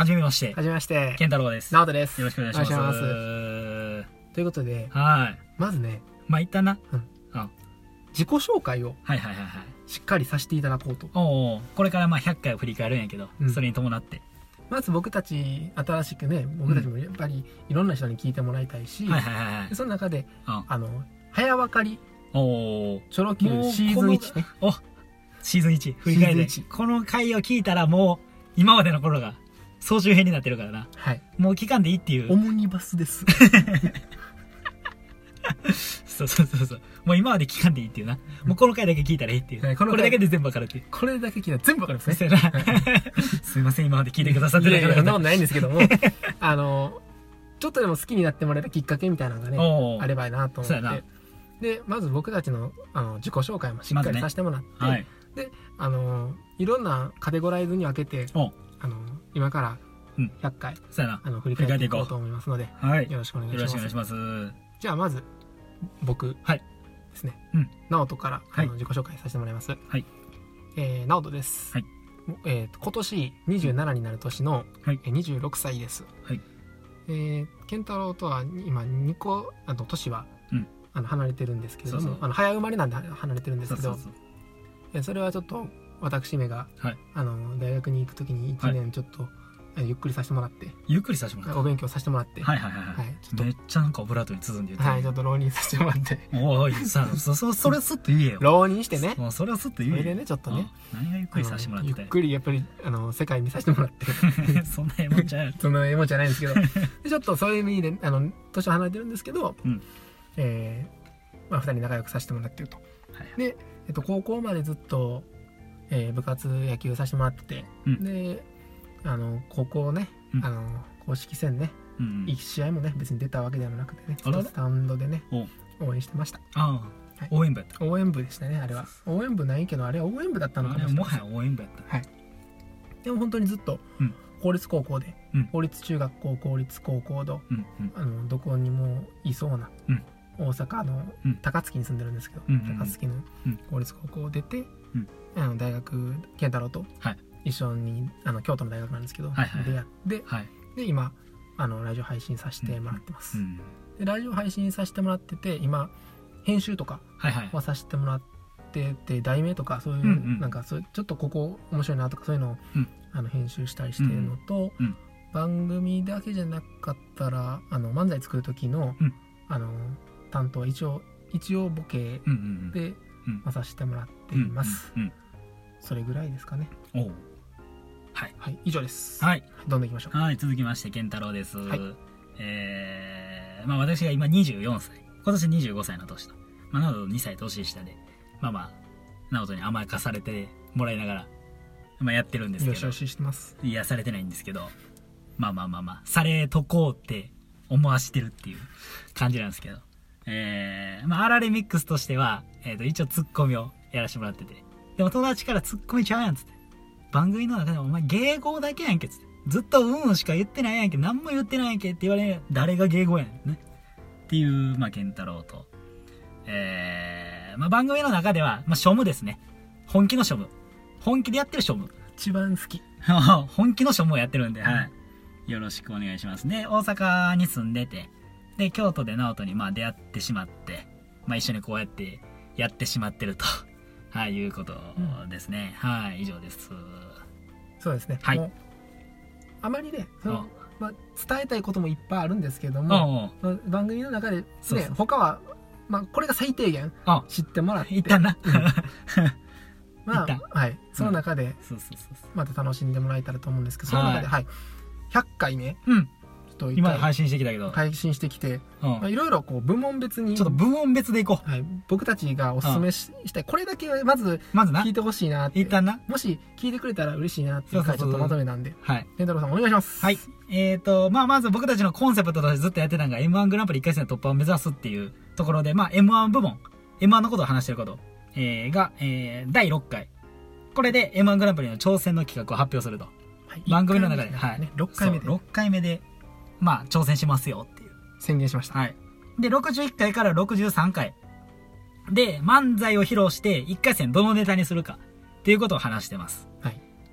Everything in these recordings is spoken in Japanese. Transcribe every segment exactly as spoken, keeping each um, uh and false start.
はじめまして。 はじめまして。 健太郎です。 直人です。 よろしくお願いします。 お願いします。ということで、 はい。 まずね、 まあ、一旦な、 うん。あ自己紹介を、 はいはいはいはい。 しっかりさせていただこうと。 おお、これからまあひゃっかいを振り返るんやけど、うん、それに伴って。 まず僕たち、新しくね、僕たちもやっぱりいろんな人に聞いてもらいたいし、 はいはいはいはい。 その中で、 うん、 あの、早分かり、 おお、 チョロ Q シーズンいちね。 おシーズンいち、振り返って。この回を聞いたらもう、今までの頃が、総集編になってるからな。 はい。 もう聞かんでいいっていう。 オムニバスです。 そうそうそうそう。もう今まで聞かんでいいっていうな。もうこの回だけ聞いたらいいっていう。はい、こ, これだけで全部わかるっていう。 これだけ聞いたら全部わかるんですね。 すいません、今まで聞いてくださってるから。いやいや、そんなことないんですけども、あの、ちょっとでも好きになってもらえたきっかけみたいなのがね、あればいいなと思って。で、まず僕たちのあの自己紹介もしっかりさせてもらって、まずね、はい、で、あの、いろんなカテゴライズに分けて、あの、今からひゃっかい、うん、あの振り返っていこうと思いますので、はい、よろしくお願いします。よろしくお願いします。じゃあまず僕ですね、はい、直人から、はい、あの自己紹介させてもらいます。はい、えー、直人です。はい、えー、今年にじゅうななになる年の、はい、にじゅうろくさいです。はい、えー、健太郎とは今にこあの年は、うん、あの離れてるんですけれども、そうそう、あの早生まれなんで離れてるんですけど、そうそうそう、それはちょっと私めが、はい、あの大学に行くときにいちねんちょっと、はい、ゆっくりさせてもらってゆっくりさせてもらってお勉強させてもらって、 はいはいはい、はい、ちょっとめっちゃなんかオブラートに包んで言って、 はい、ちょっと浪人させてもらっておいさそそそれはすっと言えよ浪人してね、 もうそれはすっと言えよ。 それでねちょっとね、 何がゆっくりさせてもらって、 ゆっくりやっぱりあの世界見させてもらってそんなええもんじゃないそんなええもんじゃないんですけどでちょっとそういう意味であの年は離れてるんですけど、うん、えー、まあふたり仲良くさせてもらってると、はい、で、えっと、高校までずっとえー、部活野球させてもらってて、うん、であの高校ね、うん、あの公式戦ね、うん、いち試合もね別に出たわけではなくてね、スタンドでね応援してました。あ、 はい、応援部やった。 応援部でしたね。あれは応援部ないけどあれは応援部だったのかもしれない。 もはや応援部やった。 はい。でも本当にずっと公立高校で、うん、公立中学校公立高校と、うんうん、あのどこにもいそうな、うん、大阪の高槻に住んでるんですけど、うん、高槻の公立高校を出て、うん、あの大学健太郎と一緒に、はい、あの京都の大学なんですけど、はいはい、出会って、はい、で今あのラジオ配信させてもらってます、うん、でラジオ配信させてもらってて今編集とかはさせてもらってて、はいはい、題名とかそういう、うんうん、なんかそうちょっとここ面白いなとかそういうのを、うん、あの編集したりしてるのと、うんうん、番組だけじゃなかったらあの漫才作る時の、うん、あの担当は一応一応ボケで、うんうんうんまさせてもらっています、うんうんうん、それぐらいですかね。おう、はい、はい、以上です。はい、どんどんいきましょう。 はい、続きまして健太郎です。はい、えー、まあ私が今にじゅうよんさい、今年にじゅうごさいの年と、まあ直人にさい年下で、まあまあ直人に甘やかされてもらいながら、まあやってるんですけど、 よしよししてます。 いやされてないんですけど、まあまあまあまあされとこうって思わしてるっていう感じなんですけど。えー、まあ、アラレミックスとしては、えっと、一応ツッコミをやらせてもらってて。でも友達からツッコミちゃうやんつって。番組の中でお前迎合だけやんけつって。ずっとうんしか言ってないやんけ。何も言ってないやんけって言われる。誰が迎合やねんね。っていう、まあ、健太郎と。えー、まあ、番組の中では、まあ、庶務ですね。本気の庶務。本気でやってる庶務。 一番好き。 本気の庶務をやってるんで、はい。よろしくお願いします。で、大阪に住んでて、で京都で直人にまあ出会ってしまって、まあ、一緒にこうやってやってしまってるとはい、いうことですね、うん、はい、以上です。 そうですね、はい、もうあまりねその、まあ、伝えたいこともいっぱいあるんですけども、まあ、番組の中で、ね、そうそう他は、まあ、これが最低限知ってもらっていったな、うん、 まあ、はい、その中でまた楽しんでもらえたらと思うんですけど、その中で、はい、ひゃっかいめ、うん今配信してきたけど配信してきていろいろこう部門別にちょっと部門別でいこう、 はい、僕たちがおすすめし、うん、したいこれだけはまず聞いてほしいなって、 一旦なもし聞いてくれたら嬉しいなっていう回ちょっとまとめなんで、 はい、 健太郎さんお願いします。 はい、えーとまあまず僕たちのコンセプトとしてずっとやってたのが エムワン グランプリいっかい戦突破を目指すっていうところで、まあ エムワン 部門 エムワン のことを話してること、えー、が、えー、だいろっかいこれで エムワン グランプリの挑戦の企画を発表すると、はい、番組の中で、はい、 ろっかいめでろっかいめでまあ、挑戦しますよっていう。 宣言しました。 はい。で、ろくじゅういっかいからろくじゅうさんかい。で、漫才を披露して、いっかい戦どのネタにするか。っていうことを話してます。はい。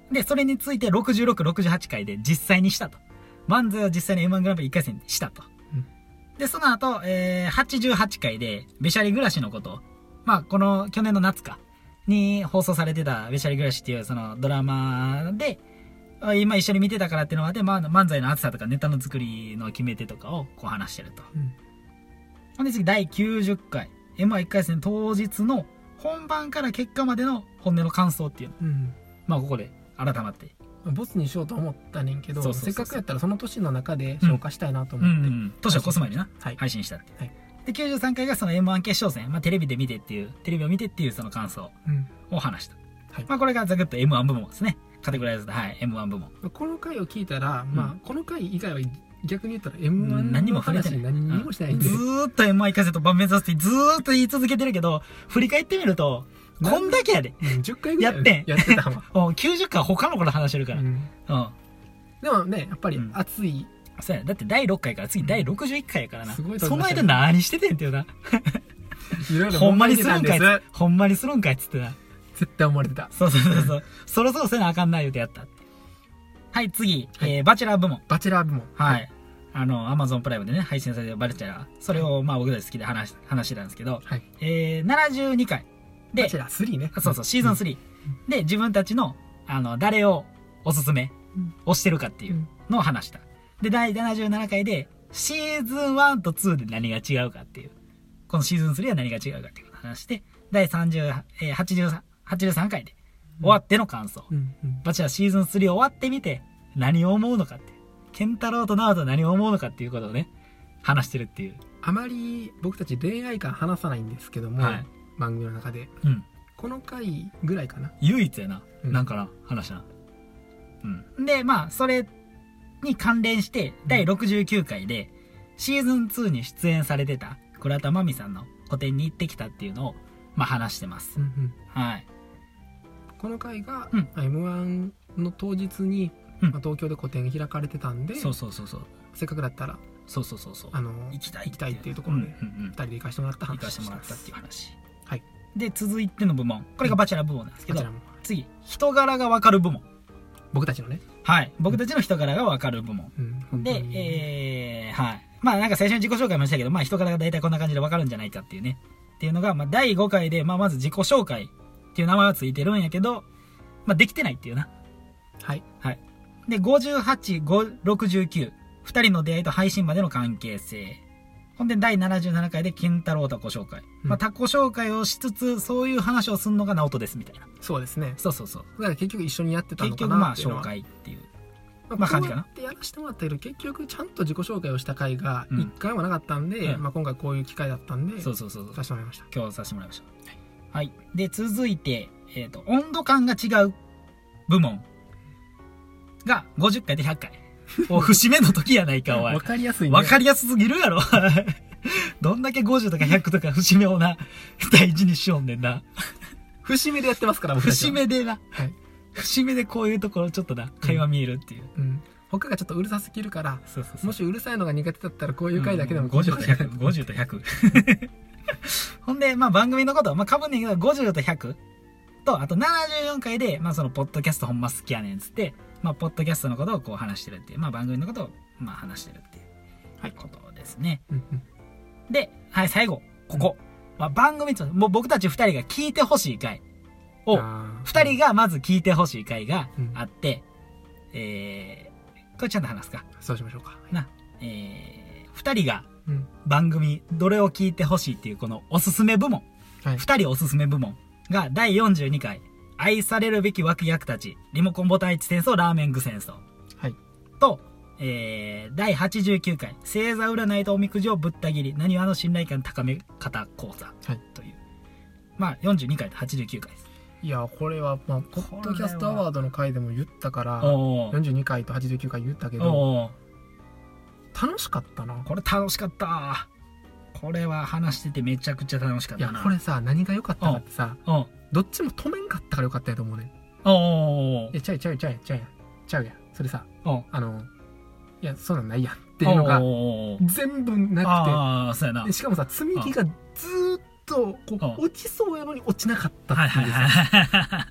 で、それについてろくじゅうろく、ろくじゅうはちかいで実際にしたと。漫才を実際に エムワン グランプリいっかい戦でしたと。うん、で、その後、えー、はちじゅうはちかいで、べしゃり暮らしのことを、まあ、この、去年の夏か、に放送されてた、べしゃり暮らしっていうそのドラマで、今一緒に見てたからっていうのがあって、まあ、漫才の厚さとかネタの作りの決め手とかをこう話してると。うん、ほんで次、だいきゅうじゅっかい、エムワンいっかい戦当日の本番から結果までの本音の感想っていうの。うん、まあ、ここで改まって。 ボツにしようと思ったねんけど、そうそうそうそう、せっかくやったらその年の中で消化したいなと思って、うんうんうん、 年を越す前にな、はい、配信したって、はい、できゅうじゅうさんかいがその エムワン 決勝戦、まあ、テレビで見てっていうテレビを見てっていうその感想を話した、うん、はい、まあ、これがざくっと エムワン 部門ですね。カテゴライズで、はい、エムワン 部門。 この回を聞いたら、うん、まあこの回以外は逆に言ったら エムワン の話に何にもしてないんで、 ずーっと エムワン 行かせと盤面させてずーっと言い続けてるけど、振り返ってみるとこんだけやで、 うん、じゅっかいぐらいやってんやってたわきゅうじゅっかい他のこと話してるから、うん、うん、 でもね、やっぱり熱い、 うん、そうや、だってだいろっかいから次だいろくじゅういっかいやからな、うん、すごいその間何しててんっていうなほんまにするんかいつほんまにするんかいっつってな、 絶対思われてた。 そうそうそうそうそろそろせなあかんない言うてやった。はい、次、はい、えー、バチェラー部門。 バチェラー部門、 はい、はい、あのアマゾンプライムでね配信されてるバチェラー、それをまあ僕たち好きで話話してたんですけど、はい、えー、ななじゅうにかいでバチェラースリーね、 そうそう、シーズンスリー、うん、で自分たちのあの誰をおすすめをしてるかっていうのを話した。でだいななじゅうななかいでシーズンワンとツーで何が違うかっていう、このシーズンスリーは何が違うかっていうのを話して、だいさんじゅう、えー、はちじゅうさん、はちじゅうさんかいで終わっての感想、うんうん、バチェラーシーズンスリー終わってみて何を思うのかっていう、ケンタロウとナオト何を思うのかっていうことをね話してるっていう。 あまり僕たち恋愛感話さないんですけども、はい、番組の中で、うん、この回ぐらいかな唯一やな、うん、なんかな話な、うん、でまあそれに関連してだいろくじゅうきゅうかいでシーズンツーに出演されてた倉田真美さんの個展に行ってきたっていうのをまあ話してます、うんうん、はい。 この回が、うん、エムワン の当日に、うん、まあ、東京で個展開かれてたんで、 そうそうそうそう、 せっかくだったらそうそうそうそう、 あの行きたい行きたいっていうところで、うんうんうん、ふたりで行かしてもらった話、 行かしてもらったっていう話。 はい。 で続いての部門、これがバチェラー部門なんですけど、うん、次人柄が分かる部門、 僕たちのね、 はい、僕たちの人柄が分かる部門、うん、で、えー、はい、まあなんか最初に自己紹介もしたけど、まあ人柄が大体こんな感じで分かるんじゃないかっていうねっていうのが、まあだいごかいで、まあまず自己紹介っていう名前はついてるんやけど、まあできてないっていうな。 はい。 はい。で、ごじゅうはち、ろくじゅうきゅう。二人の出会いと配信までの関係性。ほんで、だいななじゅうななかいで、ケンタロウタコ紹介。うん、まあ、タコ紹介をしつつ、そういう話をするのがナオトです、みたいな。 そうですね。 そうそうそう。 だから結局一緒にやってたのかなっていうのは。 結局まあ、紹介っていう。 まあ、まあ、感じかな。こうやってやらせてもらったけど、結局ちゃんと自己紹介をした回が一回もなかったんで、うん、まあ今回こういう機会だったんで、 そうそうそうそう。 させてもらいました。 今日させてもらいました。はい。はい、で、続いて、えっと、温度感が違う部門がごじゅっかいでひゃっかい。お、節目の時やないか、おい。 わかりやすいね。 わかりやすすぎるやろ。どんだけごじゅうとかひゃくとか節目をな、大事にしよんねんな。 節目でやってますから、僕たちは。 節目でな。はい。節目でこういうところちょっとな、会話見えるっていう。うん。うん、 他がちょっとうるさすぎるから、 そうそうそう、 もしうるさいのが苦手だったらこういう回だけでも、 うん、ごじゅうとひゃく。ごじゅうとひゃく。ほんで、まあ番組のこと、まあかぶんねんけど、ごじゅうとひゃくと、あとななじゅうよんかいで、まあその、ポッドキャストほんま好きやねんつって、まあ、ポッドキャストのことをこう話してるっていう、まあ番組のことを、まあ話してるっていう、はい、ことですね。で、はい、最後、ここ。まあ番組と、もう僕たち二人が聞いてほしい回を、二人がまず聞いてほしい回があって、うん、えー、これちゃんと話すか。 そうしましょうか。 な、えー、二人が番組、どれを聞いてほしいっていうこのおすすめ部門、はい、二人おすすめ部門がだいよんじゅうにかい、愛されるべき脇役たち、リモコンボタンいち戦争、ラーメン具戦争。 はい。 と、えー、だいはちじゅうきゅうかい、星座占いとおみくじをぶった切り、なにわの信頼感高め方講座。はい。という。まあ、よんじゅうにかいとはちじゅうきゅうかいです。 いや、これは、まあ、ポッドキャストアワードの回でも言ったから、よんじゅうにかいとはちじゅうきゅうかい言ったけど、楽しかったな。 これ楽しかった。これは話しててめちゃくちゃ楽しかったな。 いや、これさ、何が良かったかってさ、どっちも止めんかったからよかったやと思うね。 おー。いや、ちゃうちゃうちゃうちゃうやん。ちゃうやん。それさ、あの、いや、そうなんないやんっていうのが、全部なくて。 ああ、そうやな。 しかもさ、積み木がずーっと、こう、落ちそうやのに落ちなかったっていうさ。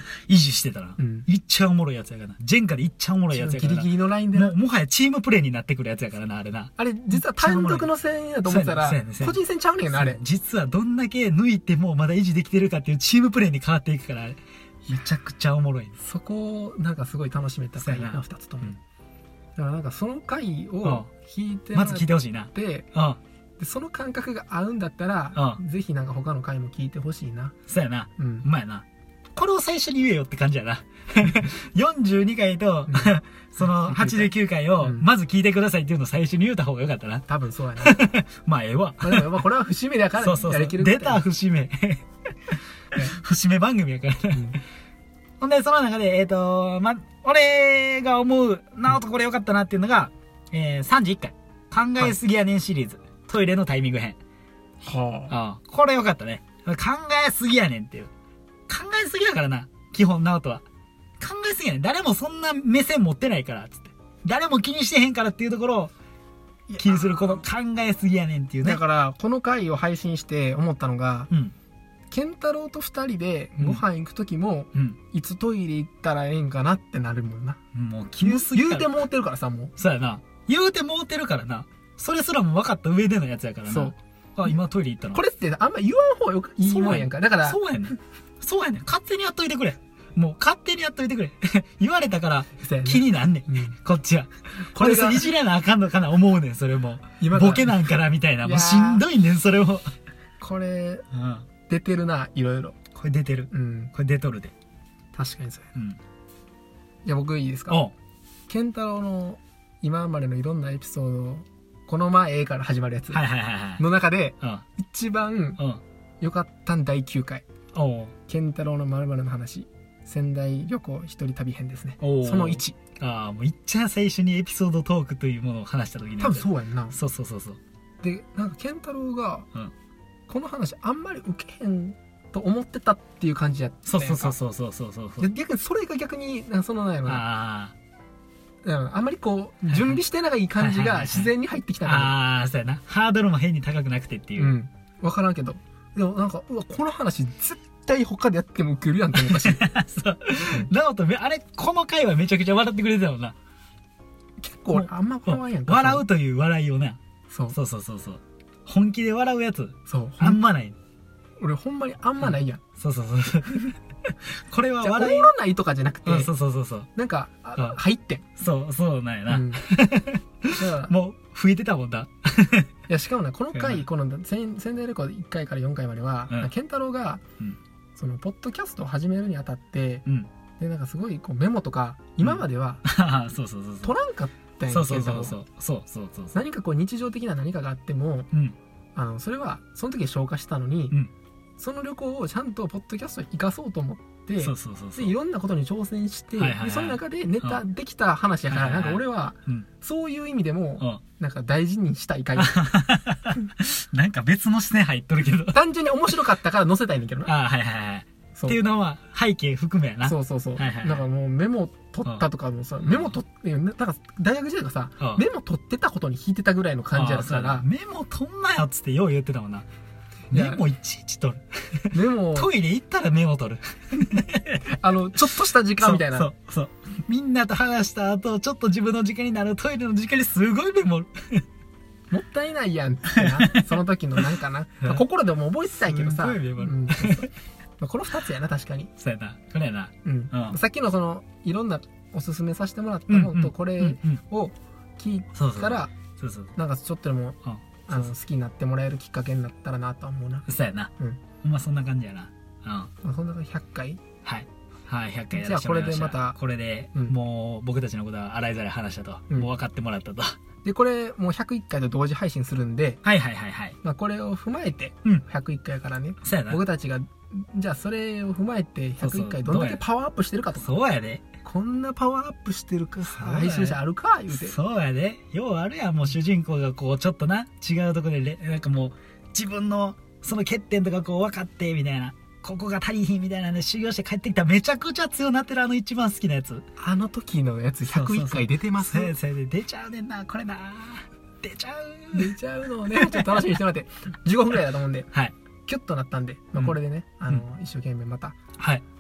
維持してたら、うん、いっちゃおもろいやつやからな。ジェンカでいっちゃおもろいやつやからな。 ギリギリのラインでな。 も, もはやチームプレーになってくるやつやからな、あれな。 あれ、実は単独の戦やと思ったら、個人戦ちゃうねんな、あれ。 実はどんだけ抜いてもまだ維持できてるかっていうチームプレーに変わっていくから、あれ。めちゃくちゃおもろい。 そこを、なんかすごい楽しめた回な、二つとも。うん、だからなんかその回を聞いてまず聞いてほしいな。 で、でその感覚が合うんだったら、ぜひなんか他の回も聞いてほしいな。 そうやな。うん。うまいな。これを最初に言えよって感じやな。よんじゅうにかいと、うん、そのはちじゅうきゅうかいを、まず聞いてくださいっていうのを最初に言うた方がよかったな。 多分そうやな。 まあ、ええわ。 まあでもこれは節目だから、 そうそうそう。出た節目。節目番組やからな。うん、ほんで、その中で、えっ、ー、と、ま、俺が思う、なおとこれよかったなっていうのが、えー、さんじゅういっかい。考えすぎやねんシリーズ。はい、トイレのタイミング編。はあ。ああ、これよかったね。考えすぎやねんっていう。考えすぎだからな。基本、ナオトは。考えすぎやねん。誰もそんな目線持ってないから、つって。誰も気にしてへんからっていうところを、気にするこの考えすぎやねんっていうね。 だから、この回を配信して思ったのが、うん。ケンタロウと二人でご飯行くときも、うん、いつトイレ行ったらええんかなってなるもんな。 もうキモすぎ言うてもうてるからさ、もう。 そうやな。言うてもうてるからな。それすらも分かった上でのやつやからな。そう。あ、今トイレ行ったの。 これってあんま言わん方がよくいいもんやんか。だから。 そうやねん。そうやねん。勝手にやっといてくれ。もう勝手にやっといてくれ。言われたから気になんねん。うん、こっちは。これいじらなあかんのかな思うねん、それも。ボケなんからみたいな。もうしんどいねん、それも。 これ、うん、出てるな、いろいろ。 これ出てる。うん。これ出とるで。 確かにそうや。うん。じゃあ僕いいですか？おう。ケンタロウの今までのいろんなエピソード、このまあええから始まるやつ。はいはいはいはい。の中で、一番良かったんだいきゅうかい。おう。ケンタロウの〇〇の話。仙台旅行一人旅編ですね。そのいち。 ああ、もういっちゃ最初にエピソードトークというものを話した時に。 多分そうやんな。 そうそうそうそう。 で、なんかケンタロウが、うん、この話あんまり受けへんと思ってたっていう感じやった。 そうそうそうそうそうそうそう。 逆にそれが逆にそのなんやろな。ああんまりこう準備してない感じが自然に入ってきたから、 ああそうやな。ハードルも変に高くなくてっていう。うん。 分からんけど、でもなんかうわこの話絶対他でやってもウケるやんって思ったし。 そう。ナオトあれこの回はめちゃくちゃ笑ってくれてたもんな。 結構あんま笑わんやんか。 笑うという笑いをね。そうそうそうそうそう。本気で笑うやつ。そう。あんまない。 俺ほんまにあんまないやん。 そうそうそう。これは笑い。おもろないとかじゃなくて。 そうそうそうそう。 なんか、入ってん。 そう、そうなんやな。もう、吹いてたもんだ。 いや、しかもね、この回、この仙台旅行いっかいからよんかいまでは、ケンタロウが、その、ポッドキャストを始めるにあたって、で、なんかすごいこうメモとか、今までは、そうそうそう。取らんかったんやけど、そうそうそう。そうそうそう。何かこう日常的な何かがあっても、あの、それは、その時消化したのに、その旅行をちゃんとポッドキャストに生かそうと思って、でいろんなことに挑戦して、でその中でネタできた話やから、なんか俺は、そういう意味でも、なんか大事にしたい回。 なんか別の視点入っとるけど。 単純に面白かったから載せたいねんけどな。 ああ、はいはいはい。っていうのは背景含めやな。 そうそうそう。なんかもうメモ取ったとかもさ、メモ取って、なんか大学時代がさ、メモ取ってたことに引いてたぐらいの感じやったから。 メモ取んなよっつってよう言ってたもんな。メモいちいち取る。 メモ。 トイレ行ったらメモ取る。 あの、ちょっとした時間みたいな。 そう、そう。みんなと話した後、ちょっと自分の時間になるトイレの時間にすごいメモる。 もったいないやんってな。その時のなんかな。心でも覚えてたいけどさ。すごいメモる。この二つやな、確かに。 そうやな。これやな。 うん。さっきのその、いろんなおすすめさせてもらったのと、これを聞いたら、なんかちょっとでも、あの好きになってもらえるきっかけになったらなとは思うな。 そうやな。うん。ほんまそんな感じやな。 うん。そんなひゃっかい？ はい。はい、ひゃっかいやらせてもらいました。じゃあこれでまた。これで、もう僕たちのことは洗いざらい話したと。もう分かってもらったと。 で、これもうひゃくいっかいと同時配信するんで。 はいはいはいはい。 まあこれを踏まえて、ひゃくいっかいからね。 そうやな。 僕たちが、じゃあそれを踏まえてひゃくいっかいどんだけパワーアップしてるかとか。 そうやで。 こんなパワーアップしてるかさ、配信者あるか言うて。 そうやで。ようあるやん、もう主人公がこう、ちょっとな、違うとこで、なんかもう、自分の、その欠点とかこう分かって、みたいな。ここが足りひんみたいなね、修行して帰ってきためちゃくちゃ強なってるあの一番好きなやつ。 あの時のやつひゃくいっかい出てます。 そうそうそう。出ちゃうねんな、これな。出ちゃう。 出ちゃうのをね、ちょっと楽しみにしてもらって。じゅうごふんくらいだと思うんで。はい。キュッとなったんで、まあ、これでね、あの、一生懸命また。はい。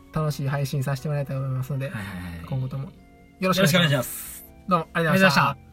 楽しい配信させてもらいたいと思いますので、はいはいはい、今後ともよろしくお願いします。どうもありがとうございました。